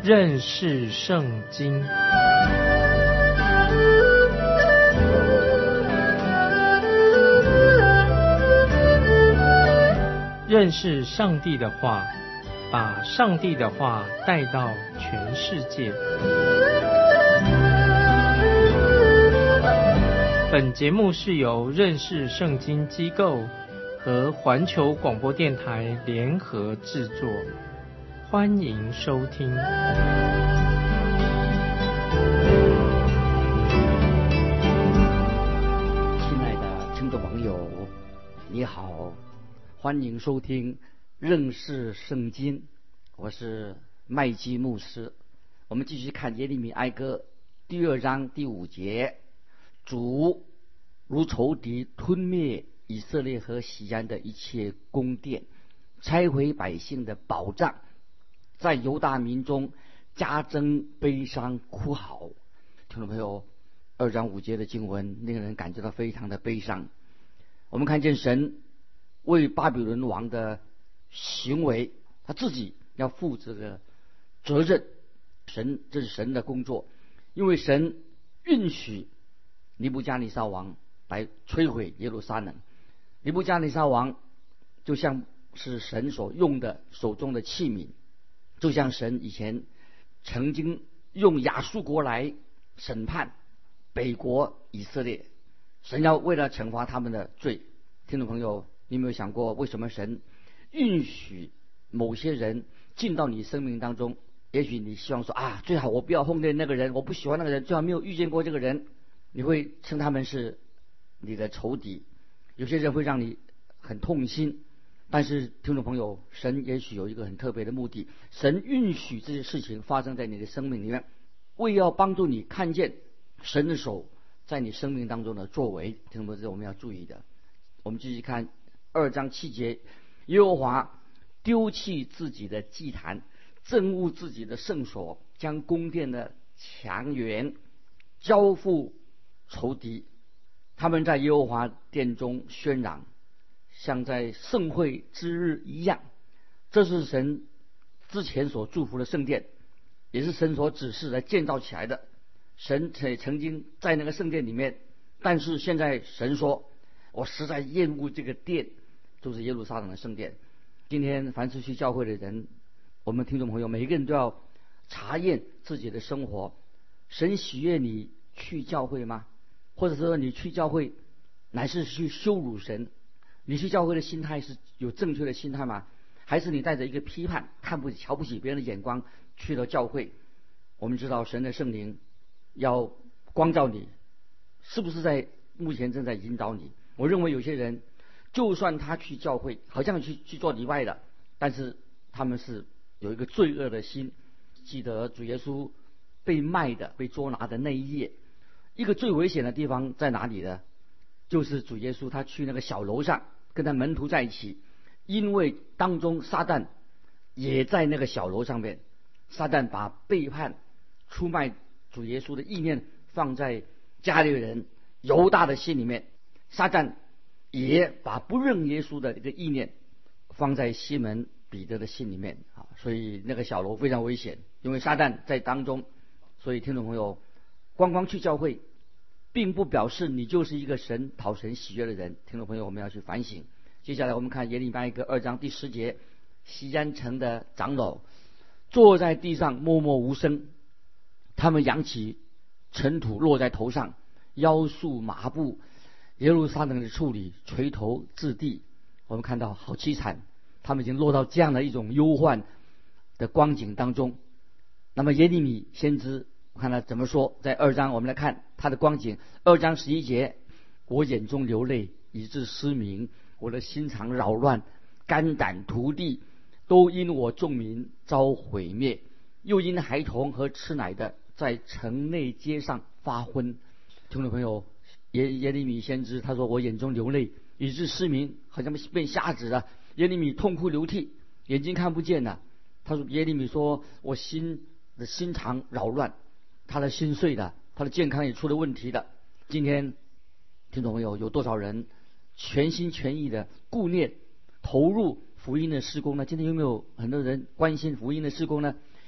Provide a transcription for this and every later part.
认识圣经。认识上帝的话，把上帝的话带到全世界。本节目是由认识圣经机构和环球广播电台联合制作，欢迎收听。 亲爱的听众朋友，你好，欢迎收听认识圣经，我是麦基牧师。我们继续看耶利米哀歌第2章第5节，主如仇敌吞灭以色列和西安的一切宫殿，拆毁百姓的保障，在犹大民中加增悲伤哭嚎。听众朋友，2章5节的经文令人感觉到非常的悲伤。我们看见神为巴比伦王的行为，他自己要负这个责任。这是神的工作，因为神允许尼布加尼撒王来摧毁耶路撒冷。尼布加尼撒王就像是神所用的手中的器皿，就像神以前曾经用亚述国来审判北国以色列，神要为了惩罚他们的罪。听众朋友，你有没有想过，为什么神允许某些人进到你生命当中？也许你希望说最好我不要碰见那个人，我不喜欢那个人，最好没有遇见过这个人，你会称他们是你的仇敌。有些人会让你很痛心，但是听众朋友，神也许有一个很特别的目的，神允许这些事情发生在你的生命里面，为要帮助你看见神的手在你生命当中的作为。听众朋友，这是我们要注意的。我们继续看2章7节，耶和华丢弃自己的祭坛，憎恶自己的圣所，将宫殿的墙垣交付仇敌。他们在耶和华殿中喧嚷，像在盛会之日一样。这是神之前所祝福的圣殿，也是神所指示来建造起来的。神也曾经在那个圣殿里面，但是现在神说，我实在厌恶这个殿，就是耶路撒冷的圣殿。今天凡是去教会的人，我们听众朋友每一个人都要查验自己的生活。神喜悦你去教会吗？或者说你去教会乃是去羞辱神？你去教会的心态是有正确的心态吗？还是你带着一个批判、瞧不起别人的眼光去了教会？我们知道神的圣灵要光照你，是不是在目前正在引导你？我认为有些人就算他去教会，好像去做礼拜的，但是他们是有一个罪恶的心。记得主耶稣被卖的、被捉拿的那一夜，一个最危险的地方在哪里呢？就是主耶稣他去那个小楼上跟他门徒在一起，因为当中撒旦也在那个小楼上面。撒旦把背叛、出卖主耶稣的意念放在加利人犹大的心里面，撒旦也把不认耶稣的这个意念放在西门彼得的心里面所以那个小楼非常危险，因为撒旦在当中。所以听众朋友，光去教会并不表示你就是一个讨神喜悦的人。听众朋友，我们要去反省。接下来我们看耶利米哀歌2章第10节，西安城的长老坐在地上默默无声，他们扬起尘土落在头上，腰束麻布，耶路撒冷的处理垂头至地。我们看到好凄惨，他们已经落到这样的一种忧患的光景当中。那么耶利米先知我看他怎么说，在2章我们来看他的光景。2章11节，我眼中流泪，以致失明，我的心肠扰乱，肝胆涂地，都因我众民遭毁灭，又因孩童和吃奶的在城内街上发昏。听众朋友，耶利米先知他说，我眼中流泪，以致失明，好像变瞎子了。耶利米痛哭流涕，眼睛看不见了。他说，耶利米说，我心肠扰乱，他的心碎了，他的健康也出了问题的。今天听众朋友，有多少人全心全意的顾念投入福音的事工呢？今天有没有很多人关心福音的事工呢？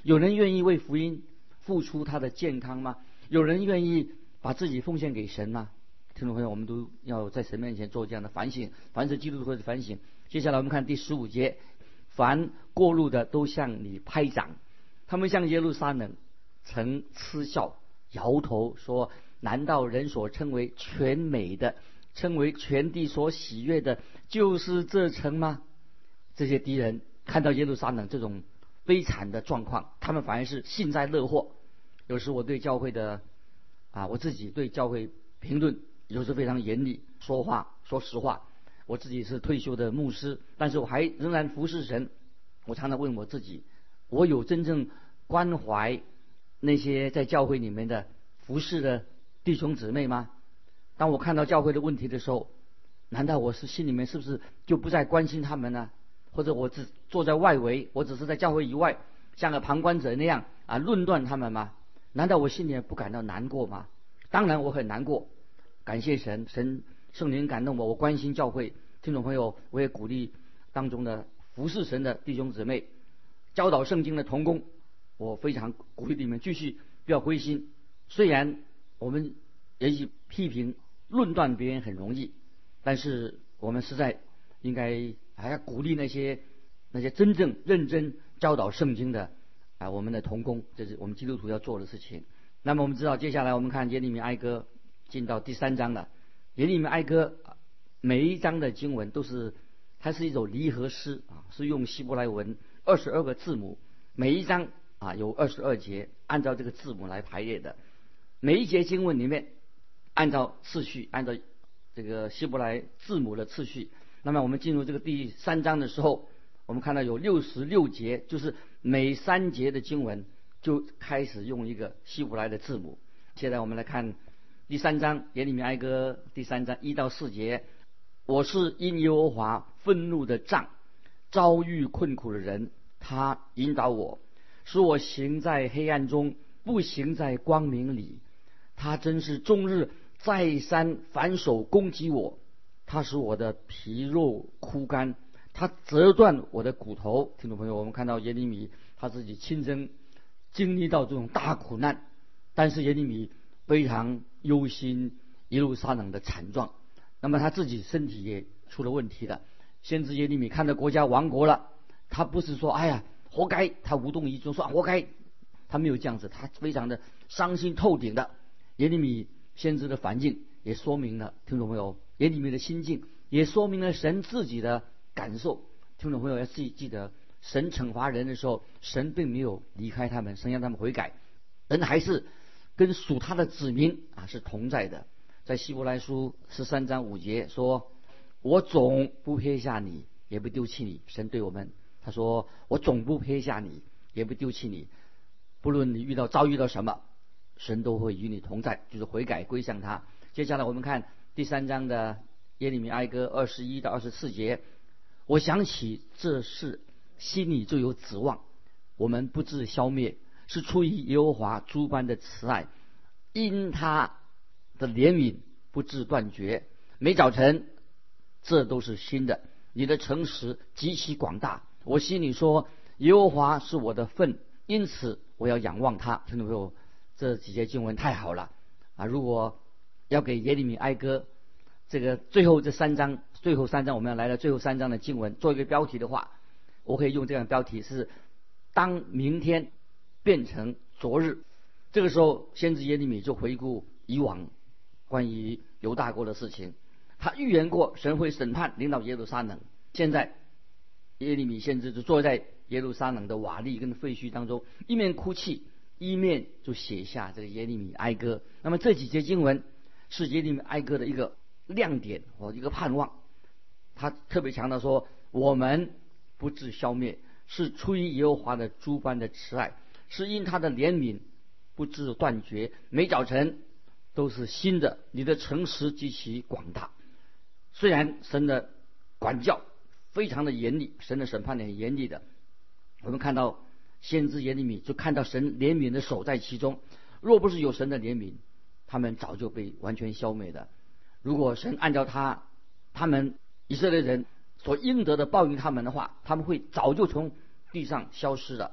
有人愿意为福音付出他的健康吗？有人愿意把自己奉献给神吗？听众朋友，我们都要在神面前做这样的反省，凡是基督徒的反省。接下来我们看第15节，凡过路的都向你拍掌，他们向耶路撒冷曾嗤笑，摇头说：难道人所称为全美的，称为全地所喜悦的，就是这城吗？这些敌人看到耶路撒冷这种悲惨的状况，他们反而是幸灾乐祸。有时我对教会的我自己对教会评论有时非常严厉，说实话，我自己是退休的牧师，但是我还仍然服侍神。我常常问我自己，我有真正关怀那些在教会里面的服侍的弟兄姊妹吗？当我看到教会的问题的时候，难道我是心里面是不是就不再关心他们呢？或者我只坐在外围，我只是在教会以外像个旁观者那样论断他们吗？难道我心里面不感到难过吗？当然我很难过。感谢神，圣灵感动我，我关心教会。听众朋友，我也鼓励当中的服侍神的弟兄姊妹，教导圣经的同工，我非常鼓励你们继续不要灰心。虽然我们也许批评论断别人很容易，但是我们实在应该还要鼓励那些真正认真教导圣经的我们的同工，这是我们基督徒要做的事情。那么我们知道，接下来我们看耶利米哀歌进到第3章了。耶利米哀歌每一章的经文它是一首离合诗是用希伯来文22个字母，每一章有22节，按照这个字母来排列的。每一节经文里面按照次序，按照这个希伯来字母的次序。那么我们进入这个第3章的时候，我们看到有66节，就是每3节的经文就开始用一个希伯来的字母。现在我们来看第3章耶利米哀歌第3章1到4节。我是因耶和华愤怒的杖，遭遇困苦的人，他引导我，使我行在黑暗中，不行在光明里。他真是终日再三反手攻击我，他使我的皮肉枯干，他折断我的骨头。听众朋友，我们看到耶利米他自己亲身经历到这种大苦难，但是耶利米非常忧心耶路撒冷的惨状，那么他自己身体也出了问题了。先知耶利米看到国家亡国了，他不是说哎呀活该，他无动于衷说活该，他没有这样子，他非常的伤心透顶的。耶利米先知的反应也说明了，听众朋友，耶利米的心境也说明了神自己的感受。听众朋友要记得，神惩罚人的时候，神并没有离开他们，神让他们悔改，人还是跟属他的子民是同在的。在希伯来书13章5节说，我总不撇下你，也不丢弃你。神对我们他说，我总不撇下你，也不丢弃你，不论你遭遇到什么，神都会与你同在，就是悔改归向他。接下来我们看第3章的耶利米哀歌21到24节。我想起这事，心里就有指望，我们不致消灭，是出于耶和华诸般的慈爱，因他的怜悯不致断绝。每早晨这都是新的，你的诚实极其广大。我心里说，耶和华是我的份，因此我要仰望他。听众朋友，这几节经文太好了如果要给耶利米哀歌这个最后3章我们要来到最后3章的经文做一个标题的话，我可以用这样的标题是当明天变成昨日。这个时候先知耶利米就回顾以往关于犹大国的事情，他预言过神会审判领导耶路撒冷。现在耶利米先知就坐在耶路撒冷的瓦砾跟废墟当中，一面哭泣，一面就写下这个耶利米哀歌。那么这几节经文是耶利米哀歌的一个亮点一个盼望。他特别强调说，我们不致消灭，是出于耶和华的诸般的慈爱，是因他的怜悯不致断绝。每早晨都是新的，你的诚实极其广大。虽然神的管教非常的严厉，神的审判也很严厉的，我们看到先知耶利米就看到神怜悯的手在其中。若不是有神的怜悯，他们早就被完全消灭的。如果神按照他们以色列人所应得的报应他们的话，他们会早就从地上消失了。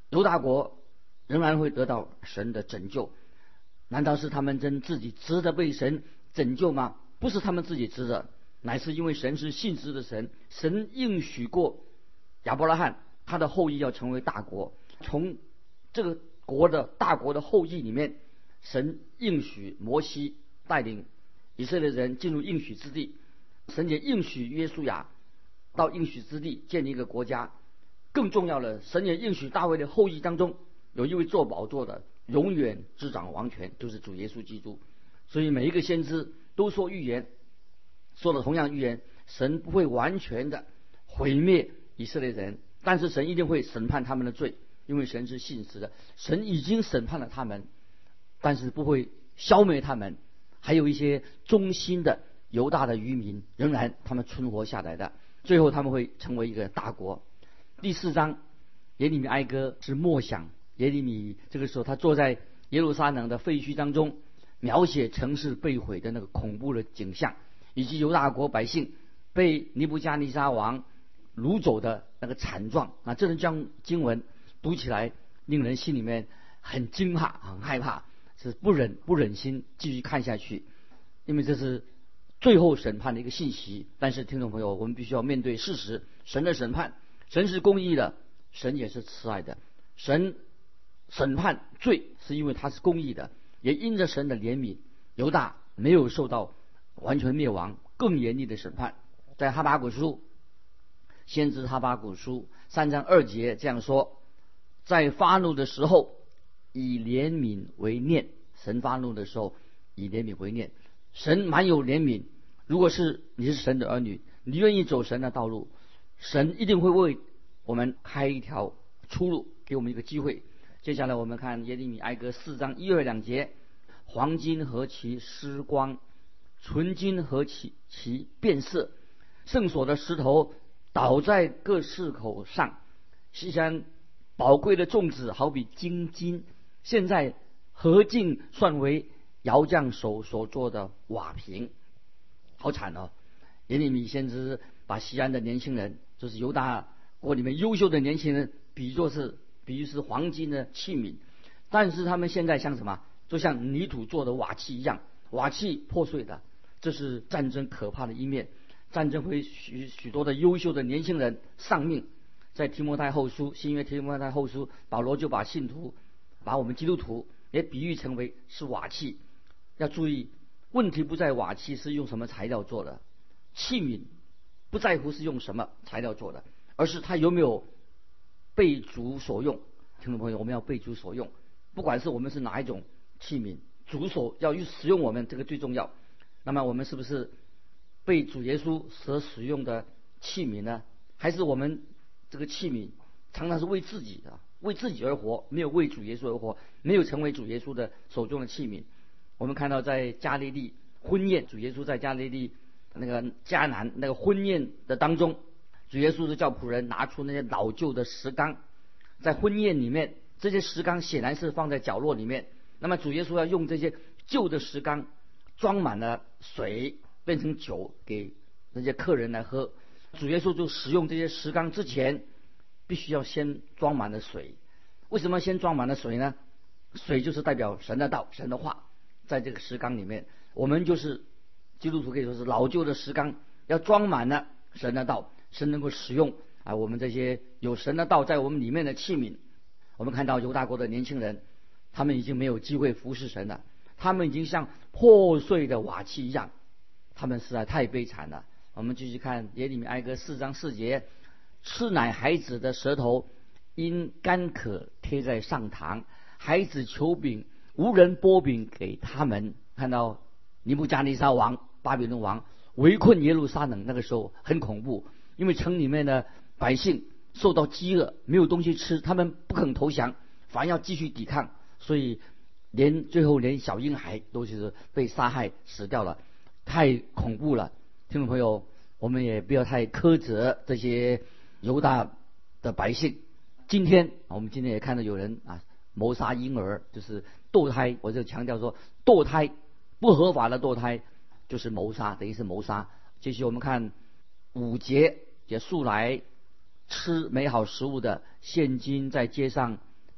犹大国仍然会得到神的拯救。难道是他们真自己值得被神拯救吗？不是他们自己值得，乃是因为神是信实的神。神应许过亚伯拉罕，他的后裔要成为大国。从这个大国的后裔里面，神应许摩西带领以色列人进入应许之地，神也应许约书亚到应许之地建立一个国家。更重要的，神也应许大卫的后裔当中有一位坐宝座的，永远执掌王权，就是主耶稣基督。所以每一个先知都说预言，说了同样预言，神不会完全的毁灭以色列人，但是神一定会审判他们的罪，因为神是信实的。神已经审判了他们，但是不会消灭他们。还有一些忠心的犹大的渔民，仍然他们存活下来的，最后他们会成为一个大国。第4章耶利米哀歌是默想，耶利米这个时候他坐在耶路撒冷的废墟当中，描写城市被毁的那个恐怖的景象，以及犹大国百姓被尼布加尼撒王掳走的那个惨状。这段经文读起来令人心里面很惊怕，很害怕，是不忍心继续看下去，因为这是最后审判的一个信息。但是听众朋友，我们必须要面对事实，神的审判，神是公义的，神也是慈爱的。神审判罪是因为他是公义的，也因着神的怜悯，犹大没有受到完全灭亡，更严厉的审判。在哈巴谷书，先知哈巴谷书3章2节这样说：在发怒的时候以怜悯为念。神发怒的时候以怜悯为念，神满有怜悯。如果是你是神的儿女，你愿意走神的道路，神一定会为我们开一条出路，给我们一个机会。接下来我们看耶利米哀歌4章1、2、2节：黄金何其失光，纯金何其变色，圣所的石头倒在各市口上，西山宝贵的粽子好比精金，现在何竟算为窑匠手所做的瓦瓶。好惨哦！耶利米先知把西安的年轻人，就是犹大国里面优秀的年轻人，比喻是黄金的器皿，但是他们现在像什么？就像泥土做的瓦器一样，瓦器破碎的。这是战争可怕的一面，战争会许多的优秀的年轻人丧命。在提摩太后书，新约提摩太后书，保罗就把信徒，把我们基督徒也比喻成为是瓦器。要注意，问题不在瓦器是用什么材料做的，器皿不在乎是用什么材料做的，而是它有没有被主所用。听众朋友，我们要被主所用，不管是我们是哪一种器皿，主所要使用我们，这个最重要。那么我们是不是被主耶稣所使用的器皿呢？还是我们这个器皿常常是为自己而活，没有为主耶稣而活，没有成为主耶稣的手中的器皿？我们看到在加利利婚宴，主耶稣在加利利那个迦南那个婚宴的当中，主耶稣是叫仆人拿出那些老旧的石缸，在婚宴里面，这些石缸显然是放在角落里面。那么主耶稣要用这些旧的石缸装满了水，变成酒给那些客人来喝。主耶稣就使用这些石缸之前，必须要先装满了水。为什么先装满了水呢？水就是代表神的道、神的话，在这个石缸里面，我们就是基督徒，可以说是老旧的石缸，要装满了神的道，神能够使用我们这些有神的道在我们里面的器皿。我们看到犹大国的年轻人，他们已经没有机会服侍神了，他们已经像破碎的瓦器一样，他们实在太悲惨了。我们继续看耶利米哀歌4章4节：吃奶孩子的舌头因干渴贴在上膛，孩子求饼，无人拨饼给他们。看到尼布加尼撒王巴比伦王围困耶路撒冷，那个时候很恐怖，因为城里面的百姓受到饥饿，没有东西吃，他们不肯投降，反而要继续抵抗，所以最后连小婴孩都是被杀害死掉了，太恐怖了。听众朋友，我们也不要太苛责这些犹大的百姓。我们今天也看到有人谋杀婴儿，就是堕胎。我就强调说，堕胎不合法的堕胎就是谋杀，等于是谋杀。继续我们看5节，也素来吃美好食物的，现今在街上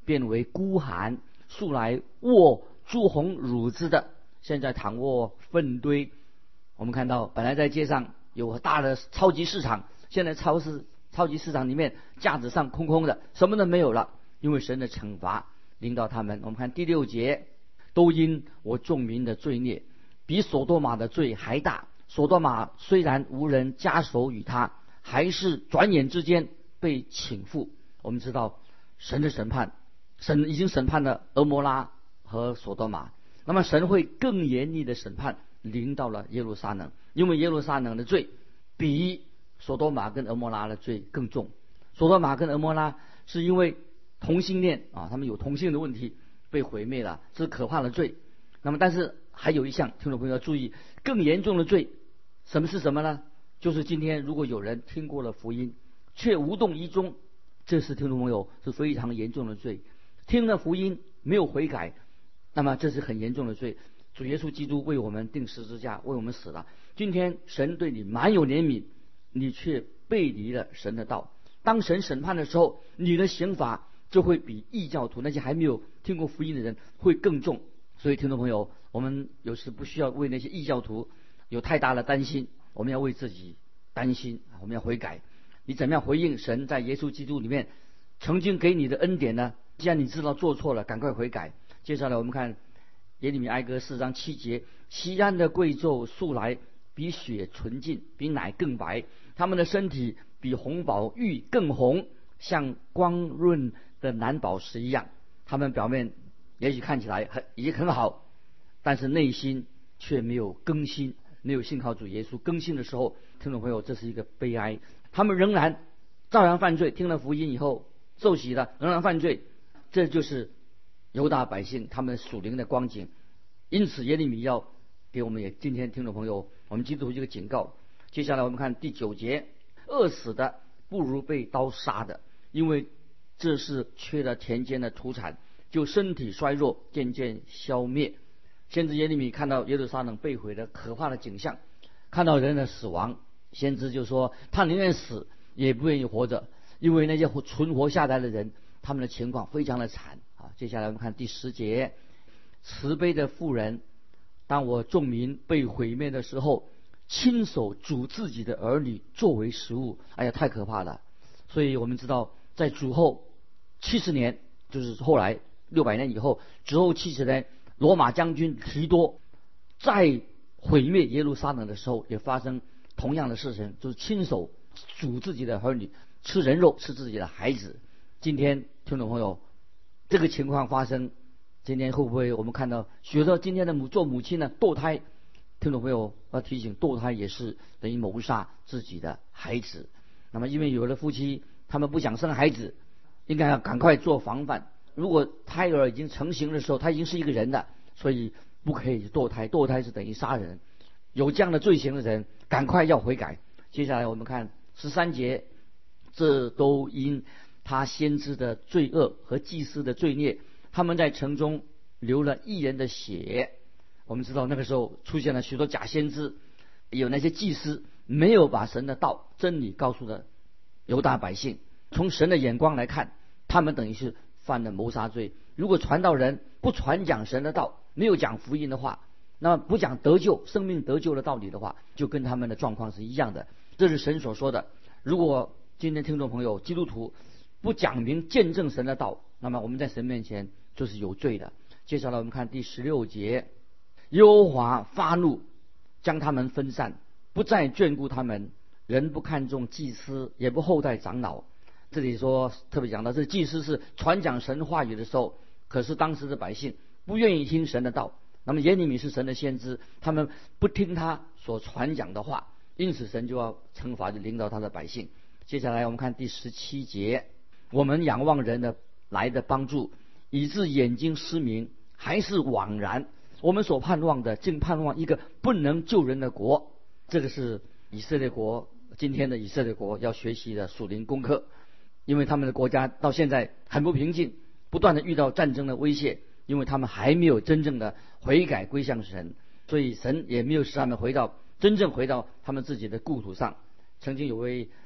变为孤寒，素来卧朱红乳汁的，现在躺卧粪堆。我们看到本来在街上有大的超级市场，现在超级市场里面架子上空空的，什么都没有了，因为神的惩罚临到他们。我们看第6节，都因我众民的罪孽比所多玛的罪还大。所多玛虽然无人加手与他，还是转眼之间被倾覆。我们知道神的审判，神已经审判了俄摩拉和所多玛，那么神会更严厉的审判临到了耶路撒冷，因为耶路撒冷的罪比所多玛跟俄摩拉的罪更重。所多玛跟俄摩拉是因为同性恋他们有同性的问题被毁灭了，这是可怕的罪。那么但是还有一项，听众朋友要注意，更严重的罪，什么是什么呢？就是今天如果有人听过了福音却无动于衷，这是听众朋友是非常严重的罪。听了福音没有悔改，那么这是很严重的罪。主耶稣基督为我们钉十字架，为我们死了。今天神对你满有怜悯，你却背离了神的道。当神审判的时候，你的刑罚就会比异教徒那些还没有听过福音的人会更重。所以听众朋友，我们有时不需要为那些异教徒有太大的担心，我们要为自己担心，我们要悔改。你怎么样回应神在耶稣基督里面曾经给你的恩典呢？既然你知道做错了，赶快悔改。接下来我们看耶利米哀歌4章7节，西安的贵胄素来比雪纯净，比奶更白，他们的身体比红宝玉更红，像光润的蓝宝石一样。他们表面也许看起来已经很好，但是内心却没有更新，没有信靠主耶稣。更新的时候，听众朋友，这是一个悲哀。他们仍然照样犯罪，听了福音以后受洗了，仍然犯罪。这就是犹大百姓他们属灵的光景。因此耶利米要给我们也今天听众朋友，我们基督徒这个警告。接下来我们看第9节，饿死的不如被刀杀的，因为这是缺了田间的土产，就身体衰弱，渐渐消灭。先知耶利米看到耶路撒冷被毁的可怕的景象，看到人的死亡，先知就说他宁愿死也不愿意活着，因为那些存活下来的人，他们的情况非常的惨接下来我们看第10节，慈悲的妇人，当我众民被毁灭的时候，亲手煮自己的儿女作为食物。哎呀，太可怕了。所以我们知道在主后70年，就是后来600年以后，主后70年，罗马将军提多在毁灭耶路撒冷的时候也发生同样的事情，就是亲手煮自己的儿女，吃人肉，吃自己的孩子。今天听众朋友，这个情况发生，今天会不会我们看到许多今天的做母亲呢堕胎？听众朋友要提醒，堕胎也是等于谋杀自己的孩子。那么因为有的夫妻他们不想生孩子，应该要赶快做防范。如果胎儿已经成型的时候，他已经是一个人了，所以不可以堕胎，堕胎是等于杀人。有这样的罪行的人，赶快要悔改。接下来我们看13节，这都因他先知的罪恶和祭司的罪孽，他们在城中流了义人的血。我们知道那个时候出现了许多假先知，有那些祭司没有把神的道真理告诉了犹大百姓。从神的眼光来看，他们等于是犯了谋杀罪。如果传道人不传讲神的道，没有讲福音的话，那么不讲得救、生命得救的道理的话，就跟他们的状况是一样的。这是神所说的。如果今天听众朋友基督徒不讲明见证神的道，那么我们在神面前就是有罪的。接下来我们看第16节，耶和华发怒，将他们分散，不再眷顾他们，人不看重祭司，也不厚待长老。这里说特别讲到，这祭司是传讲神话语的时候，可是当时的百姓不愿意听神的道。那么耶利米是神的先知，他们不听他所传讲的话，因此神就要惩罚，就领导他的百姓。接下来我们看第17节，我们仰望人的来的帮助，以致眼睛失明，还是枉然。我们所盼望的，竟盼望一个不能救人的国。这个是以色列国，今天的以色列国要学习的属灵功课，因为他们的国家到现在很不平静，不断的遇到战争的威胁，因为他们还没有真正的悔改归向神，所以神也没有使他们真正回到他们自己的故土上。曾经有位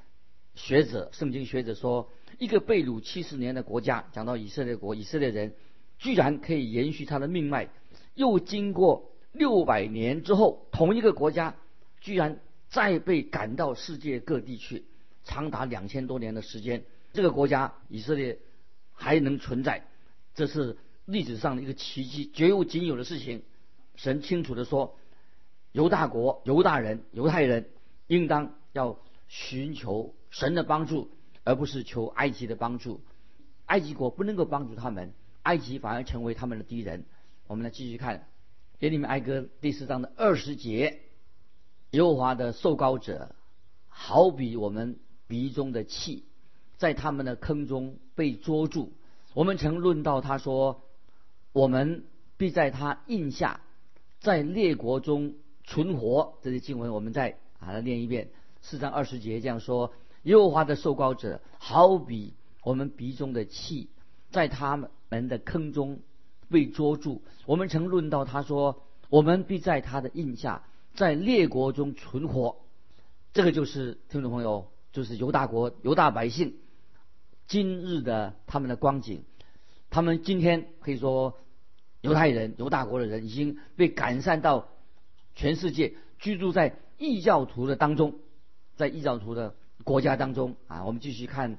学者，圣经学者说，一个被掳70年的国家，讲到以色列国，以色列人居然可以延续他的命脉，又经过600年之后，同一个国家居然再被赶到世界各地去，长达2000多年的时间，这个国家以色列还能存在，这是历史上的一个奇迹，绝无仅有的事情。神清楚地说，犹大国、犹大人、犹太人应当要寻求神的帮助，而不是求埃及的帮助。埃及国不能够帮助他们，埃及反而成为他们的敌人。我们来继续看耶利米哀歌第4章的20节，耶和华的受膏者好比我们鼻中的气，在他们的坑中被捉住。我们曾论到他说，我们必在他印下，在列国中存活。这些经文我们再来念一遍。4章20节这样说，耶和华的受膏者好比我们鼻中的气，在他们的坑中被捉住。我们曾论到他说，我们必在他的印下，在列国中存活。这个就是听众朋友，就是犹大国、犹大百姓今日的他们的光景。他们今天可以说，犹太人、犹大国的人已经被赶散到全世界，居住在异教徒的当中，在异教徒的国家当中啊。我们继续看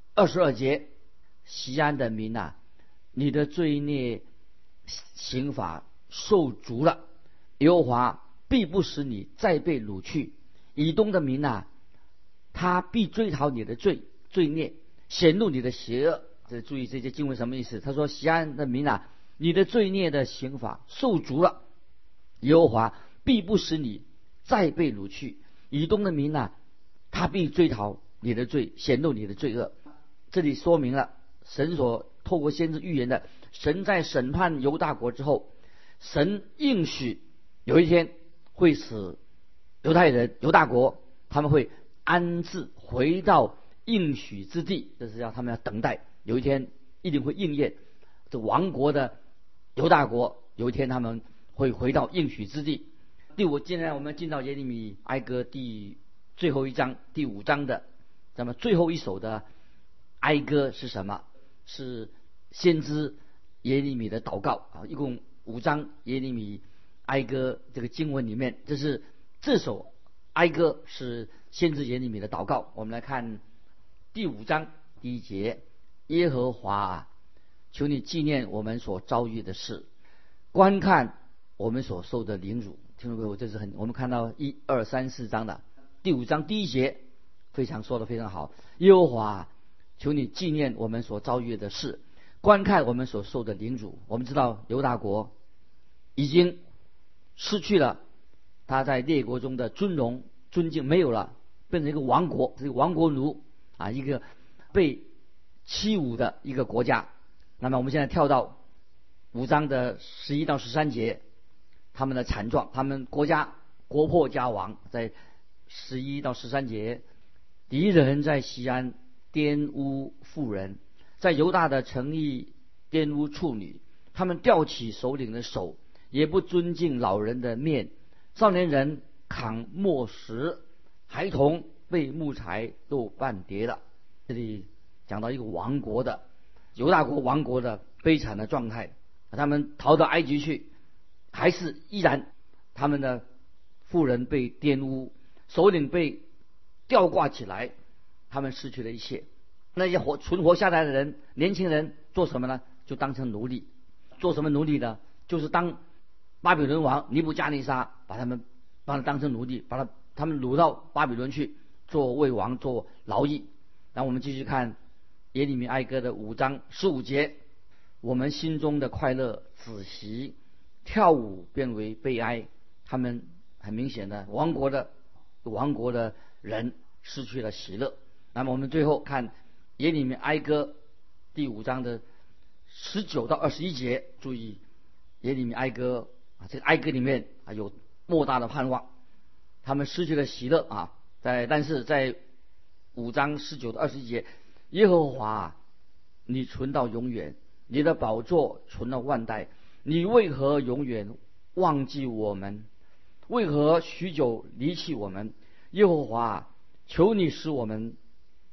22节，锡安的民啊，你的罪孽刑罚受足了，耶和华必不使你再被掳去。以东的民啊，他必追讨你的罪孽，显露你的邪恶。这注意这些经文什么意思？他说，锡安的民啊，你的罪孽的刑罚受足了，耶和华必不使你再被掳去。以东的民啊，他必追讨你的罪，显露你的罪恶。这里说明了神所透过先知预言的，神在审判犹大国之后，神应许有一天会使犹太人、犹大国他们会安置回到应许之地，这是要他们要等待，有一天一定会应验。这亡国的犹大国有一天他们会回到应许之地。现在我们进到耶利米哀歌最后一章第5章的，那么最后一首的哀歌是什么？是先知耶利米的祷告啊，一共5章耶利米哀歌这个经文里面，这首哀歌是先知耶利米的祷告。我们来看第5章第1节，耶和华啊，求你纪念我们所遭遇的事，观看我们所受的凌辱。听众朋友，这是我们看到1、2、3、4章的第5章第1节，说得非常好。耶和华啊，求你纪念我们所遭遇的事，观看我们所受的凌辱。我们知道犹大国已经失去了他在列国中的尊荣尊敬，没有了，变成一个亡国，这个亡国奴啊，一个被欺侮的一个国家。那么我们现在跳到5章的11到13节，他们的惨状，他们国家国破家亡。在11到13节，敌人在锡安玷污妇人，在犹大的城邑玷污处女，他们吊起首领的手，也不尊敬老人的面，少年人扛磨石，孩童被木材都半跌了。这里讲到一个亡国的犹大国亡国的悲惨的状态，他们逃到埃及去，还是依然他们的妇人被玷污，首领被吊挂起来，他们失去了一切。那些存活下来的人，年轻人做什么呢？就当成奴隶。做什么奴隶呢？就是当巴比伦王尼布加尼撒把他当成奴隶，把他们掳到巴比伦去做为王做劳役。然后我们继续看耶利米哀歌的5章15节，我们心中的快乐止息，跳舞变为悲哀。他们很明显的亡国的人失去了喜乐。那么我们最后看耶利米哀歌第5章的19到21节，注意耶利米哀歌啊，这个哀歌里面啊有莫大的盼望。他们失去了喜乐啊，但是在5章19到21节，耶和华啊，你存到永远，你的宝座存到万代，你为何永远忘记我们？为何许久离弃我们？耶和华啊，求你使我们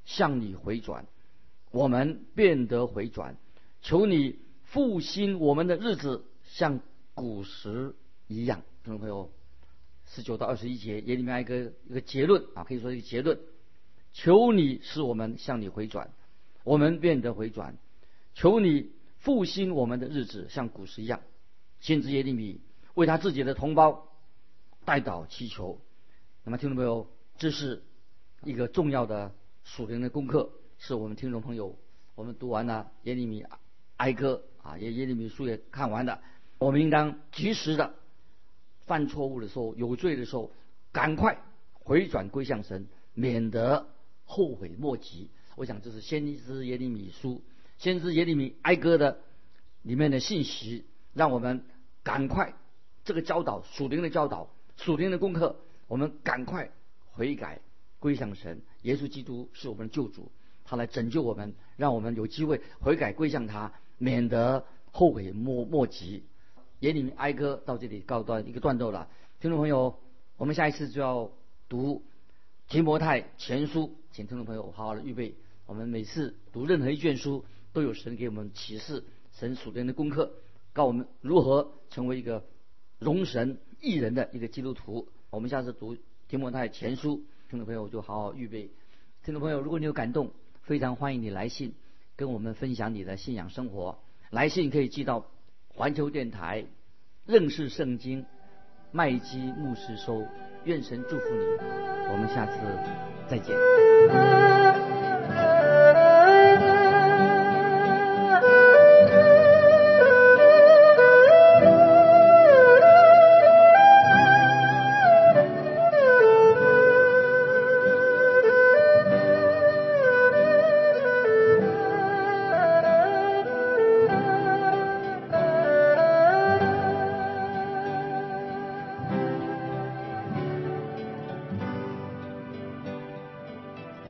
向你回转，我们便得回转。求你复兴我们的日子，像古时一样。听众朋友，19到21节也里面有一个结论啊，可以说一个结论。求你使我们向你回转，我们便得回转。求你复兴我们的日子，像古时一样。先知耶利米为他自己的同胞代祷祈求。那么听众朋友，这是一个重要的属灵的功课，是我们听众朋友，我们读完了耶利米哀歌啊，耶利米书也看完了，我们应当及时的犯错误的时候，有罪的时候，赶快回转归向神，免得后悔莫及。我想这是先知耶利米书、先知耶利米哀歌的里面的信息，让我们赶快这个教导，属灵的教导，属灵的功课，我们赶快悔改归向神。耶稣基督是我们的救主，他来拯救我们，让我们有机会悔改归向他，免得后悔莫及。耶利米哀歌到这里告一个段落了。听众朋友，我们下一次就要读提摩太前书，请听众朋友好好的预备。我们每次读任何一卷书，都有神给我们启示，神属灵的功课，告我们如何成为一个荣神益人的一个基督徒。我们下次读提摩太前书，听众朋友就好好预备。听众朋友，如果你有感动，非常欢迎你来信跟我们分享你的信仰生活。来信可以寄到环球电台认识圣经麦基牧师收。愿神祝福你，我们下次再见。